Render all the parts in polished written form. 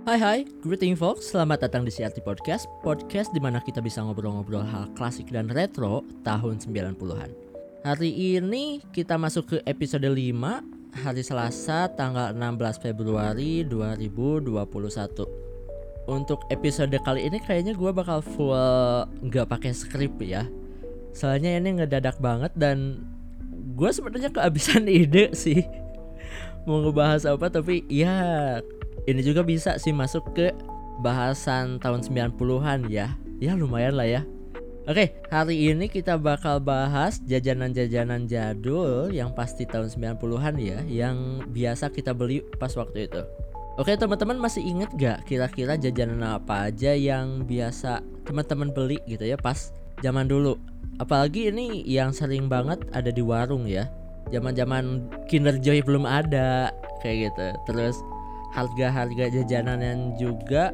Hai, greeting folks, selamat datang di CRT Podcast di mana kita bisa ngobrol-ngobrol hal klasik dan retro tahun 90-an. Hari ini kita masuk ke episode 5, hari Selasa tanggal 16 Februari 2021. Untuk episode kali ini kayaknya gue bakal full gak pakai skrip ya. Soalnya ini ngedadak banget dan gue sebenarnya kehabisan ide sih mau ngebahas apa, tapi ya ini juga bisa sih masuk ke bahasan tahun 90-an ya. Ya lumayan lah ya. Oke, hari ini kita bakal bahas jajanan-jajanan jadul yang pasti tahun 90-an ya, yang biasa kita beli pas waktu itu. Oke teman-teman, masih inget gak kira-kira jajanan apa aja yang biasa teman-teman beli gitu ya pas zaman dulu? Apalagi ini yang sering banget ada di warung ya. Zaman-zaman Kinder Joy belum ada kayak gitu. Terus harga-harga jajanannya juga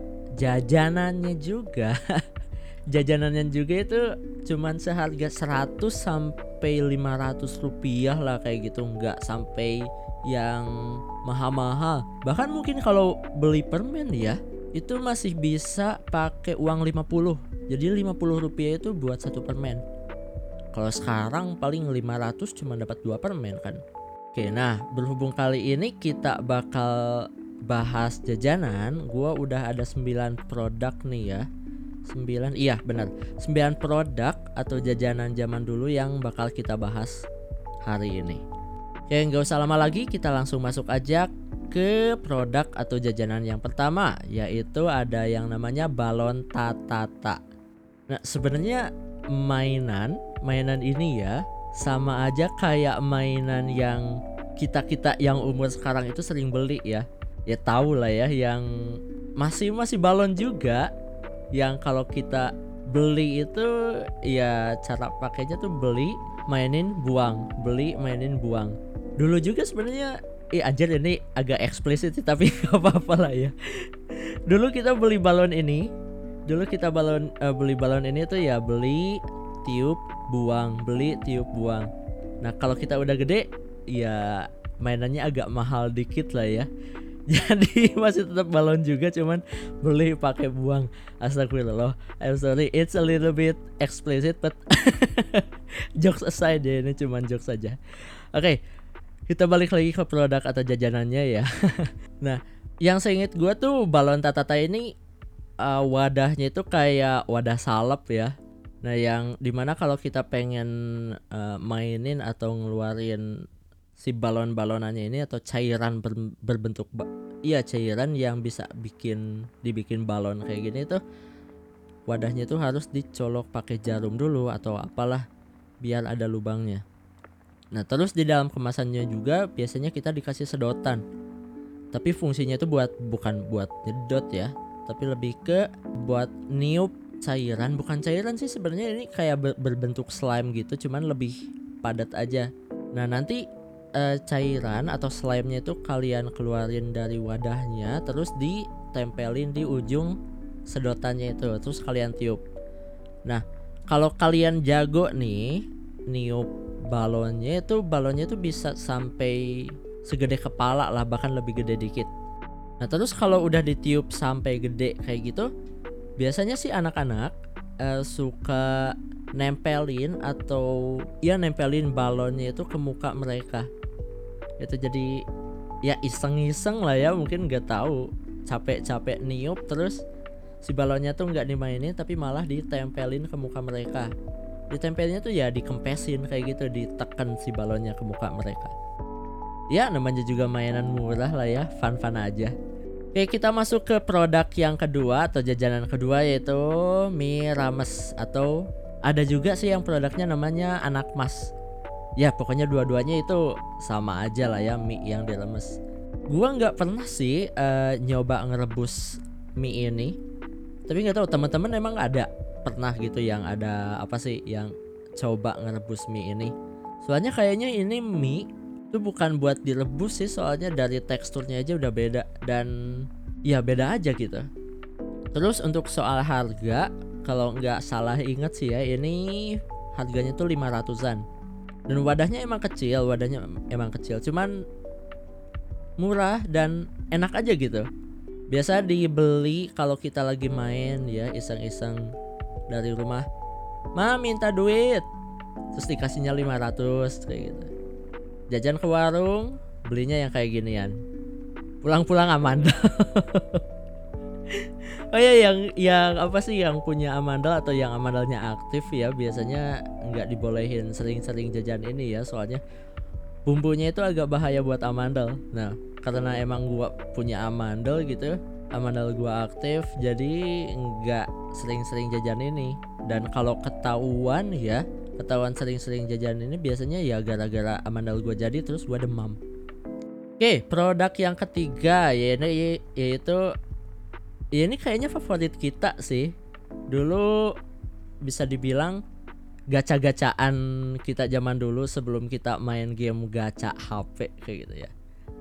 jajanannya juga itu cuman seharga 100 sampai 500 rupiah lah kayak gitu, nggak sampai yang mahal-mahal. Bahkan mungkin kalau beli permen ya itu masih bisa pakai uang 50. Jadi 50 rupiah itu buat satu permen. Kalau sekarang paling 500 cuma dapat 2 permen kan. Oke, nah berhubung kali ini kita bakal bahas jajanan, gua udah ada 9 produk nih ya. 9, iya benar. 9 produk atau jajanan zaman dulu yang bakal kita bahas hari ini. Oke, nggak usah lama lagi, kita langsung masuk aja ke produk atau jajanan yang pertama, yaitu ada yang namanya balon tatata. Nah, sebenarnya mainan ini ya sama aja kayak mainan yang kita yang umur sekarang itu sering beli ya. Ya tahu lah ya, yang masih balon juga, yang kalau kita beli itu ya cara pakainya tuh beli, mainin, buang, beli, mainin, buang. Dulu juga sebenarnya anjir ini agak eksplisit sih, tapi gak apa-apa lah ya. Dulu kita beli balon ini, beli balon ini tuh ya beli, tiup, buang, beli, tiup, buang. Nah kalau kita udah gede ya mainannya agak mahal dikit lah ya. Jadi masih tetap balon juga, cuman beli pakai buang. Astagfirullah, I'm sorry, it's a little bit explicit but jokes aside ya, ini cuman jokes saja. Oke, kita balik lagi ke produk atau jajanannya ya. Nah, yang seinget gue tuh balon tatata ini wadahnya itu kayak wadah salep ya. Nah, yang dimana kalau kita pengen mainin atau ngeluarin si balon-balonannya ini atau cairan berbentuk cairan yang bisa dibikin balon kayak gini tuh, wadahnya tuh harus dicolok pakai jarum dulu atau apalah biar ada lubangnya. Nah terus di dalam kemasannya juga biasanya kita dikasih sedotan, tapi fungsinya itu bukan buat nyedot ya, tapi lebih ke buat niup cairan. Bukan cairan sih sebenarnya, ini kayak berbentuk slime gitu, cuman lebih padat aja. Nah nanti cairan atau slime-nya itu kalian keluarin dari wadahnya, terus ditempelin di ujung sedotannya itu, terus kalian tiup. Nah kalau kalian jago nih niup balonnya itu bisa sampai segede kepala lah, bahkan lebih gede dikit. Nah terus kalau udah ditiup sampai gede kayak gitu, biasanya sih anak-anak suka nempelin balonnya itu ke muka mereka. Itu jadi ya iseng-iseng lah ya, mungkin nggak tahu, capek-capek niup terus si balonnya tuh nggak dimainin tapi malah ditempelin ke muka mereka. Ditempelnya tuh ya dikempesin kayak gitu, ditekan si balonnya ke muka mereka. Ya namanya juga mainan murah lah ya, fun-fun aja. Oke, kita masuk ke produk yang kedua atau jajanan kedua, yaitu mie rames, atau ada juga sih yang produknya namanya anak mas. Ya pokoknya dua-duanya itu sama aja lah ya, mie yang diremes. Gua nggak pernah sih nyoba ngerebus mie ini, tapi nggak tahu teman-teman emang ada pernah gitu yang ada apa sih yang coba ngerebus mie ini. Soalnya kayaknya ini mie itu bukan buat direbus sih, soalnya dari teksturnya aja udah beda dan ya beda aja gitu. Terus untuk soal harga, kalau nggak salah inget sih ya, ini harganya tuh 500-an. Dan wadahnya emang kecil, cuman murah dan enak aja gitu. Biasa dibeli kalau kita lagi main ya, iseng-iseng dari rumah. Ma minta duit. Terus dikasihnya 500 kayak gitu. Jajan ke warung, belinya yang kayak ginian. Pulang-pulang amandel. Oh ya, yang apa sih, yang punya amandel atau yang amandelnya aktif ya, biasanya nggak dibolehin sering-sering jajan ini ya, soalnya bumbunya itu agak bahaya buat amandel. Nah, karena emang gua punya amandel gitu, amandel gua aktif, jadi nggak sering-sering jajan ini. Dan kalau ketahuan sering-sering jajan ini biasanya ya gara-gara amandel gua jadi terus gua demam. Oke, produk yang ketiga yaitu ya ini kayaknya favorit kita sih. Dulu bisa dibilang gacha-gacaan kita zaman dulu sebelum kita main game gacha HP kayak gitu ya.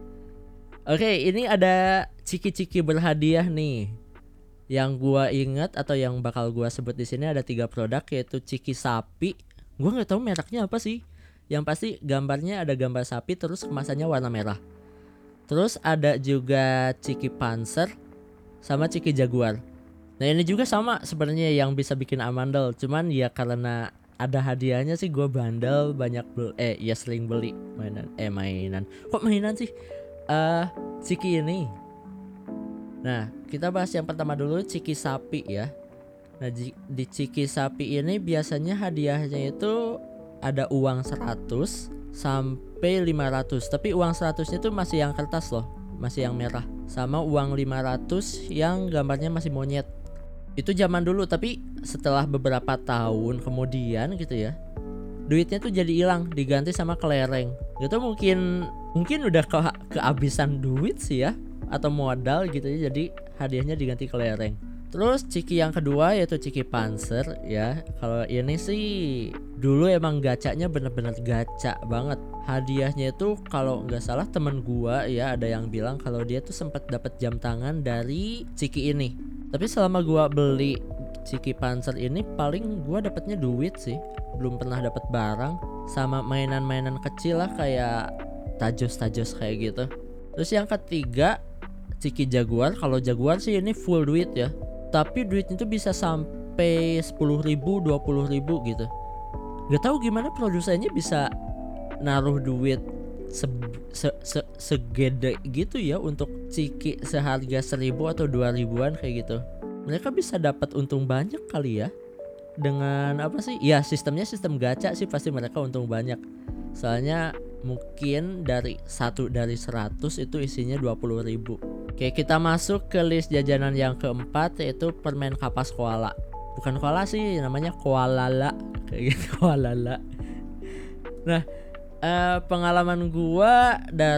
Oke, ini ada ciki-ciki berhadiah nih. Yang gua ingat atau yang bakal gua sebut di sini ada 3 produk, yaitu ciki sapi. Gua nggak tahu mereknya apa sih. Yang pasti gambarnya ada gambar sapi terus kemasannya warna merah. Terus ada juga ciki panzer sama ciki jaguar. Nah ini juga sama sebenarnya yang bisa bikin amandel, cuman ya karena ada hadiahnya sih gue bandel, banyak ya sering beli mainan. Kok mainan sih? Ciki ini. Nah kita bahas yang pertama dulu, ciki sapi ya. Nah di ciki sapi ini biasanya hadiahnya itu ada uang 100 sampai 500. Tapi uang 100-nya itu masih yang kertas loh, masih yang merah. Sama uang 500 yang gambarnya masih monyet. Itu zaman dulu, tapi setelah beberapa tahun kemudian gitu ya, duitnya tuh jadi hilang, diganti sama kelereng. Gitu mungkin udah kehabisan duit sih ya, atau modal gitu ya, jadi hadiahnya diganti kelereng. Terus ciki yang kedua yaitu ciki panzer ya. Kalau ini sih dulu emang gacanya bener-bener gacha banget. Hadiahnya itu kalau nggak salah temen gua ya ada yang bilang kalau dia tuh sempat dapat jam tangan dari ciki ini. Tapi selama gua beli ciki panzer ini paling gua dapatnya duit sih, belum pernah dapat barang. Sama mainan-mainan kecil lah kayak tajos kayak gitu. Terus yang ketiga ciki jaguar. Kalau jaguar sih ini full duit ya, tapi duitnya tuh bisa sampai 10.000, 20.000 gitu. Gak tahu gimana produsennya bisa naruh duit segede gitu ya untuk ciki seharga 1.000 atau 2.000-an kayak gitu. Mereka bisa dapat untung banyak kali ya. Dengan apa sih? Ya sistem gacha sih, pasti mereka untung banyak. Soalnya mungkin dari 1/100 itu isinya 20.000. Oke, kita masuk ke list jajanan yang keempat, yaitu permen kapas koala. Bukan koala sih, namanya koalala kayak gitu, koalala. Nah, pengalaman gua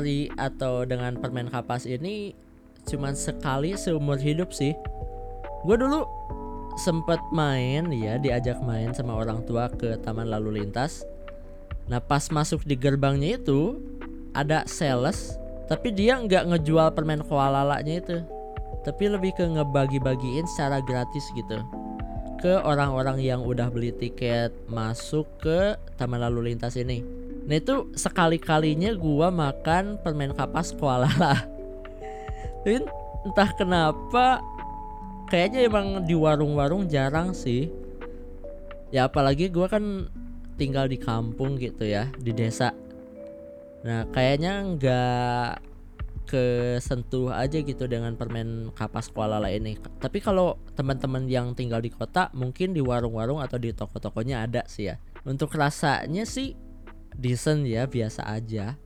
dengan permen kapas ini cuman sekali seumur hidup sih. Gua dulu sempet main ya, diajak main sama orang tua ke taman lalu lintas. Nah pas masuk di gerbangnya itu ada sales, tapi dia nggak ngejual permen koalalanya itu, tapi lebih ke ngebagi-bagiin secara gratis gitu ke orang-orang yang udah beli tiket masuk ke taman lalu lintas ini. Nah itu sekali-kalinya gua makan permen kapas koalala. Dan entah kenapa kayaknya emang di warung-warung jarang sih. Ya apalagi gua kan tinggal di kampung gitu ya, di desa. Nah kayaknya nggak kesentuh aja gitu dengan permen kapas koalala ini. Tapi kalau teman-teman yang tinggal di kota, mungkin di warung-warung atau di toko-tokonya ada sih ya. Untuk rasanya sih decent ya, biasa aja.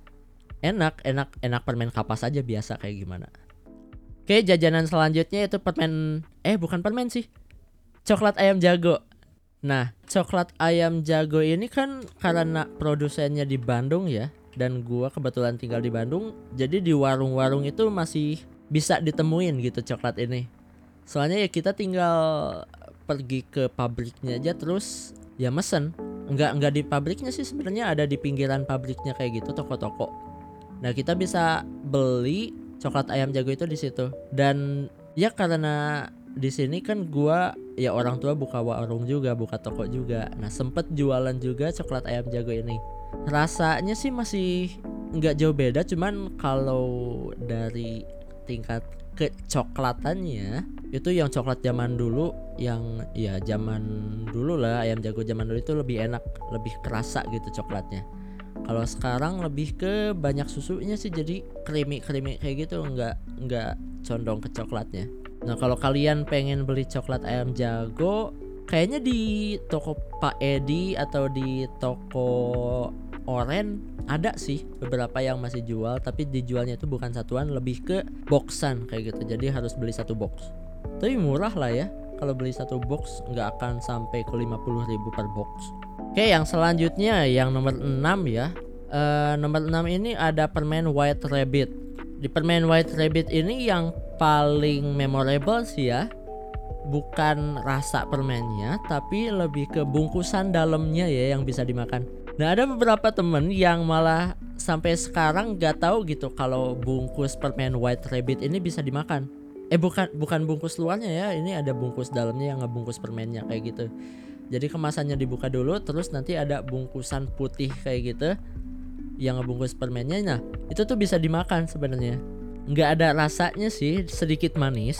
Enak permen kapas aja biasa kayak gimana. Oke, jajanan selanjutnya itu bukan permen sih, coklat ayam jago. Nah, coklat ayam jago ini kan karena produsennya di Bandung ya, dan gua kebetulan tinggal di Bandung, jadi di warung-warung itu masih bisa ditemuin gitu coklat ini. Soalnya ya kita tinggal pergi ke pabriknya aja terus ya mesen. Enggak di pabriknya sih sebenarnya, ada di pinggiran pabriknya kayak gitu, toko-toko. Nah, kita bisa beli coklat ayam jago itu di situ. Dan ya karena di sini kan gua ya orang tua buka warung juga, buka toko juga. Nah sempet jualan juga coklat ayam jago ini. Rasanya sih masih nggak jauh beda, cuman kalau dari tingkat kecoklatannya itu yang coklat zaman dulu, yang ya zaman dulu lah, ayam jago zaman dulu itu lebih enak, lebih kerasa gitu coklatnya. Kalau sekarang lebih ke banyak susunya sih, jadi creamy kayak gitu, nggak condong ke coklatnya. Nah kalau kalian pengen beli coklat ayam jago, kayaknya di toko Pak Edi atau di toko Oren ada sih beberapa yang masih jual, tapi dijualnya itu bukan satuan, lebih ke boxan kayak gitu. Jadi harus beli satu box. Tapi murah lah ya. Kalau beli satu box nggak akan sampai ke 50.000 per box. Oke, yang selanjutnya yang nomor 6 ya. Nomor 6 ini ada permen White Rabbit. Di permen White Rabbit ini yang paling memorable sih ya, bukan rasa permennya, tapi lebih ke bungkusan dalamnya ya yang bisa dimakan. Nah ada beberapa temen yang malah sampai sekarang gak tahu gitu kalau bungkus permen White Rabbit ini bisa dimakan. Bukan bungkus luarnya ya, ini ada bungkus dalamnya yang ngebungkus permennya kayak gitu. Jadi kemasannya dibuka dulu, terus nanti ada bungkusan putih kayak gitu yang ngebungkus permennya. Nah itu tuh bisa dimakan sebenarnya. Nggak ada rasanya sih, sedikit manis,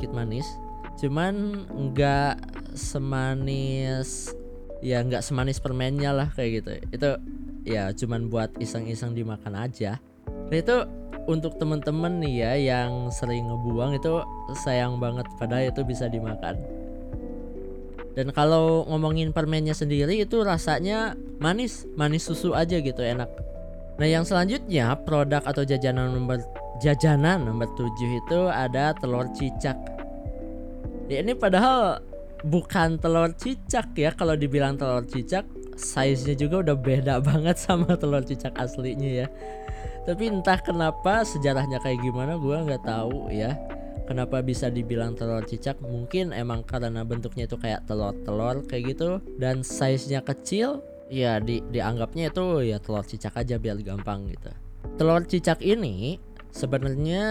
cuman nggak semanis, ya nggak semanis permennya lah kayak gitu. Itu ya cuman buat iseng-iseng dimakan aja. Nah itu untuk temen-temen nih ya yang sering ngebuang, itu sayang banget, padahal itu bisa dimakan. Dan kalau ngomongin permennya sendiri itu rasanya manis susu aja gitu, enak. Nah yang selanjutnya produk atau jajanan nomor 7 itu ada telur cicak. Ya ini padahal bukan telur cicak ya, kalau dibilang telur cicak size-nya juga udah beda banget sama telur cicak aslinya ya. Tapi entah kenapa sejarahnya kayak gimana gua nggak tahu ya. Kenapa bisa dibilang telur cicak? Mungkin emang karena bentuknya itu kayak telur-telur kayak gitu dan size-nya kecil. Ya dianggapnya itu ya telur cicak aja biar gampang gitu. Telur cicak ini sebenarnya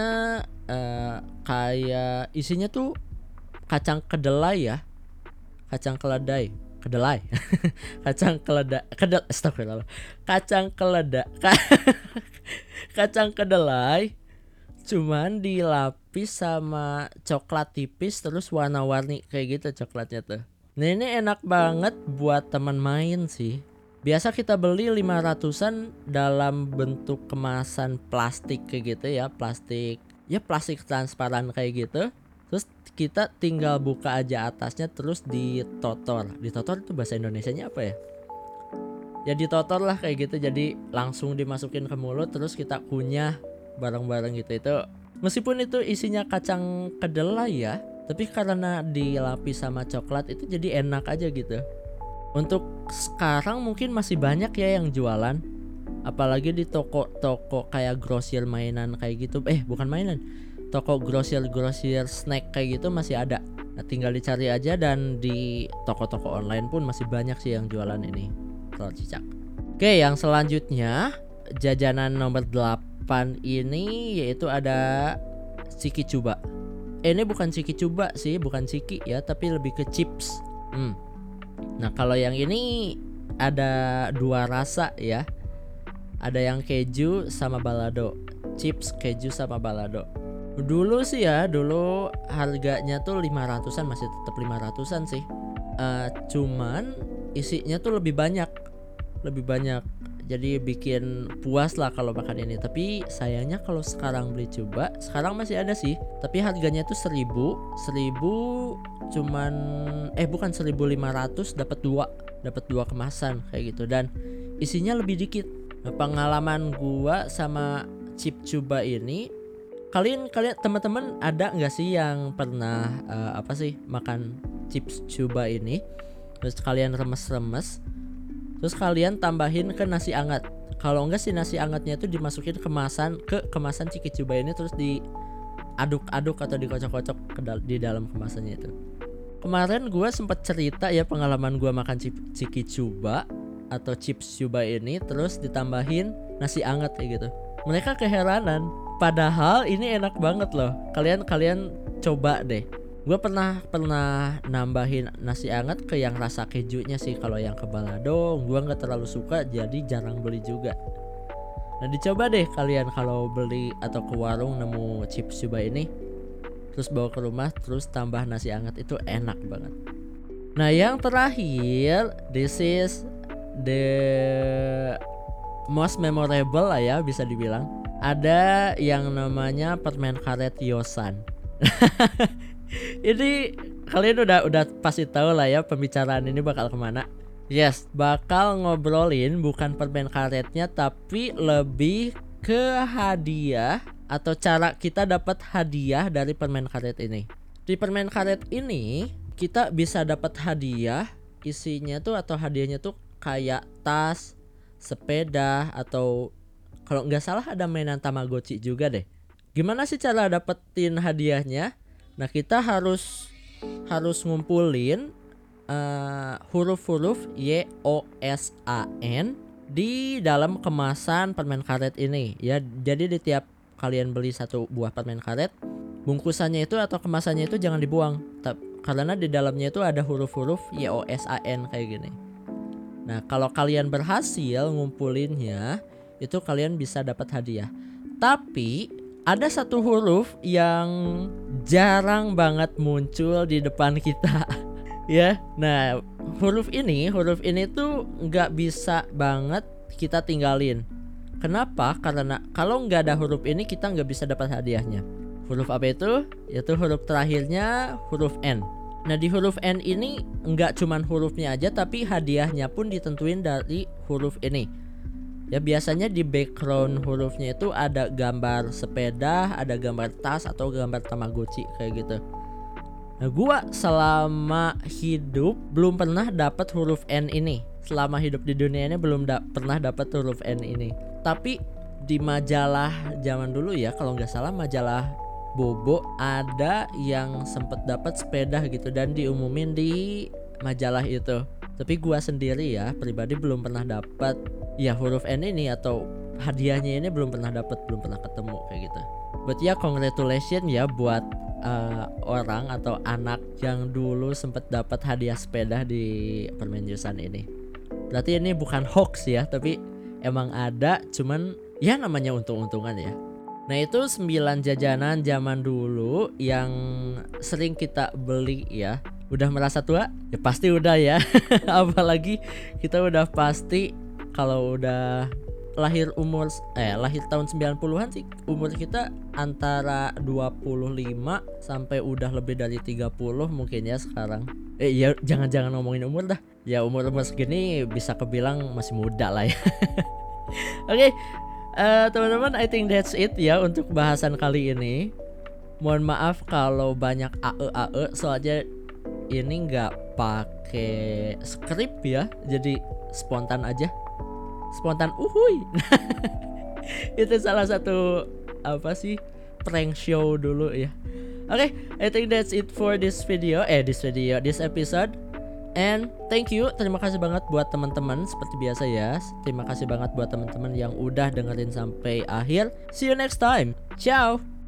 kayak isinya tuh kacang kedelai ya. Kacang keledai. Astagfirullah. Kacang kedelai cuman dilapis sama coklat tipis terus warna-warni kayak gitu coklatnya tuh. Nah ini enak banget buat teman main sih. Biasa kita beli 500-an dalam bentuk kemasan plastik kayak gitu ya, plastik transparan kayak gitu. Terus kita tinggal buka aja atasnya terus ditotor. Ditotor itu bahasa Indonesianya apa ya? Ya ditotor lah kayak gitu, jadi langsung dimasukin ke mulut terus kita kunyah bareng-bareng gitu. Itu meskipun itu isinya kacang kedelai ya, tapi karena dilapis sama coklat itu jadi enak aja gitu. Untuk sekarang mungkin masih banyak ya yang jualan, apalagi di toko-toko kayak grosir mainan kayak gitu. Bukan mainan, toko grosir snack kayak gitu masih ada. Nah, tinggal dicari aja, dan di toko-toko online pun masih banyak sih yang jualan ini telur cicak. Oke, yang selanjutnya jajanan nomor 8 ini yaitu ada ciki cuba. Ini bukan ciki cuba sih, bukan ciki ya, tapi lebih ke chips. Nah kalau yang ini ada 2 rasa ya. Ada yang keju sama balado. Chips keju sama balado. Dulu sih ya, dulu harganya tuh 500-an, masih tetap 500-an sih. Cuman isinya tuh lebih banyak. Jadi bikin puas lah kalau makan ini. Tapi sayangnya kalau sekarang beli coba, sekarang masih ada sih, tapi harganya tuh 1000 cuman bukan 1.500, dapat dua kemasan kayak gitu, dan isinya lebih dikit. Nah, pengalaman gua sama chip cuba ini, kalian teman-teman ada nggak sih yang pernah makan chips cuba ini terus kalian remes-remes, terus kalian tambahin ke nasi hangat? Kalau enggak sih nasi hangatnya itu dimasukin kemasan ciki cuba ini, terus diaduk-aduk atau dikocok-kocok di dalam kemasannya itu. Kemarin gue sempat cerita ya pengalaman gue makan ciki cuba atau chips cuba ini terus ditambahin nasi hangat kayak gitu. Mereka keheranan, padahal ini enak banget loh. Kalian coba deh. Gue pernah nambahin nasi hangat ke yang rasa kejunya sih. Kalau yang ke balado gue nggak terlalu suka, jadi jarang beli juga. Nah dicoba deh kalian kalau beli atau ke warung nemu chips cuba ini. terus bawa ke rumah, terus tambah nasi hangat, itu enak banget. Nah yang terakhir, this is the most memorable lah ya bisa dibilang. Ada yang namanya permen karet Yosan. Ini kalian udah pasti tahu lah ya pembicaraan ini bakal kemana. Yes, bakal ngobrolin bukan permen karetnya, tapi lebih ke hadiah atau cara kita dapat hadiah dari permen karet ini. Di permen karet ini kita bisa dapat hadiah, isinya tuh atau hadiahnya tuh kayak tas, sepeda, atau kalau nggak salah ada mainan Tamagotchi juga deh. Gimana sih cara dapetin hadiahnya? Nah kita harus ngumpulin huruf-huruf YOSAN di dalam kemasan permen karet ini ya. Jadi di tiap kalian beli satu buah permen karet, bungkusannya itu atau kemasannya itu jangan dibuang, karena di dalamnya itu ada huruf-huruf YOSAN kayak gini. Nah kalau kalian berhasil ngumpulinnya, itu kalian bisa dapat hadiah. Tapi ada satu huruf yang jarang banget muncul di depan kita. Ya, nah huruf ini tuh nggak bisa banget kita tinggalin. Kenapa? Karena kalau nggak ada huruf ini kita nggak bisa dapat hadiahnya. Huruf apa itu? Yaitu huruf terakhirnya huruf N. Nah di huruf N ini nggak cuman hurufnya aja, tapi hadiahnya pun ditentuin dari huruf ini. Ya biasanya di background hurufnya itu ada gambar sepeda, ada gambar tas atau gambar Tamagotchi kayak gitu. Nah gua selama hidup belum pernah dapat huruf N ini. Selama hidup di dunia ini belum pernah dapat huruf N ini. Tapi di majalah zaman dulu ya, kalau nggak salah majalah Bobo, ada yang sempet dapat sepeda gitu dan diumumin di majalah itu. Tapi gua sendiri ya pribadi belum pernah dapat ya huruf N ini, atau hadiahnya ini belum pernah dapat, belum pernah ketemu kayak gitu. But ya congratulations ya buat orang atau anak yang dulu sempet dapat hadiah sepeda di permen Yosan ini. Berarti ini bukan hoax ya, tapi emang ada, cuman ya namanya untung-untungan ya. Nah itu 9 jajanan zaman dulu yang sering kita beli ya. Udah merasa tua? Ya pasti udah ya. Apalagi kita udah pasti kalau udah lahir tahun 90-an sih, umur kita antara 25 sampai udah lebih dari 30 mungkin ya sekarang. Ya jangan ngomongin umur dah. Ya umur segini bisa kebilang masih muda lah ya. Oke, teman-teman, I think that's it ya untuk bahasan kali ini. Mohon maaf kalau banyak AE soalnya ini nggak pakai skrip ya, jadi spontan aja, spontan uhuy. Itu salah satu prank show dulu ya. Oke, I think that's it for this episode. And thank you, terima kasih banget buat teman-teman seperti biasa ya. Terima kasih banget buat teman-teman yang udah dengerin sampai akhir. See you next time. Ciao.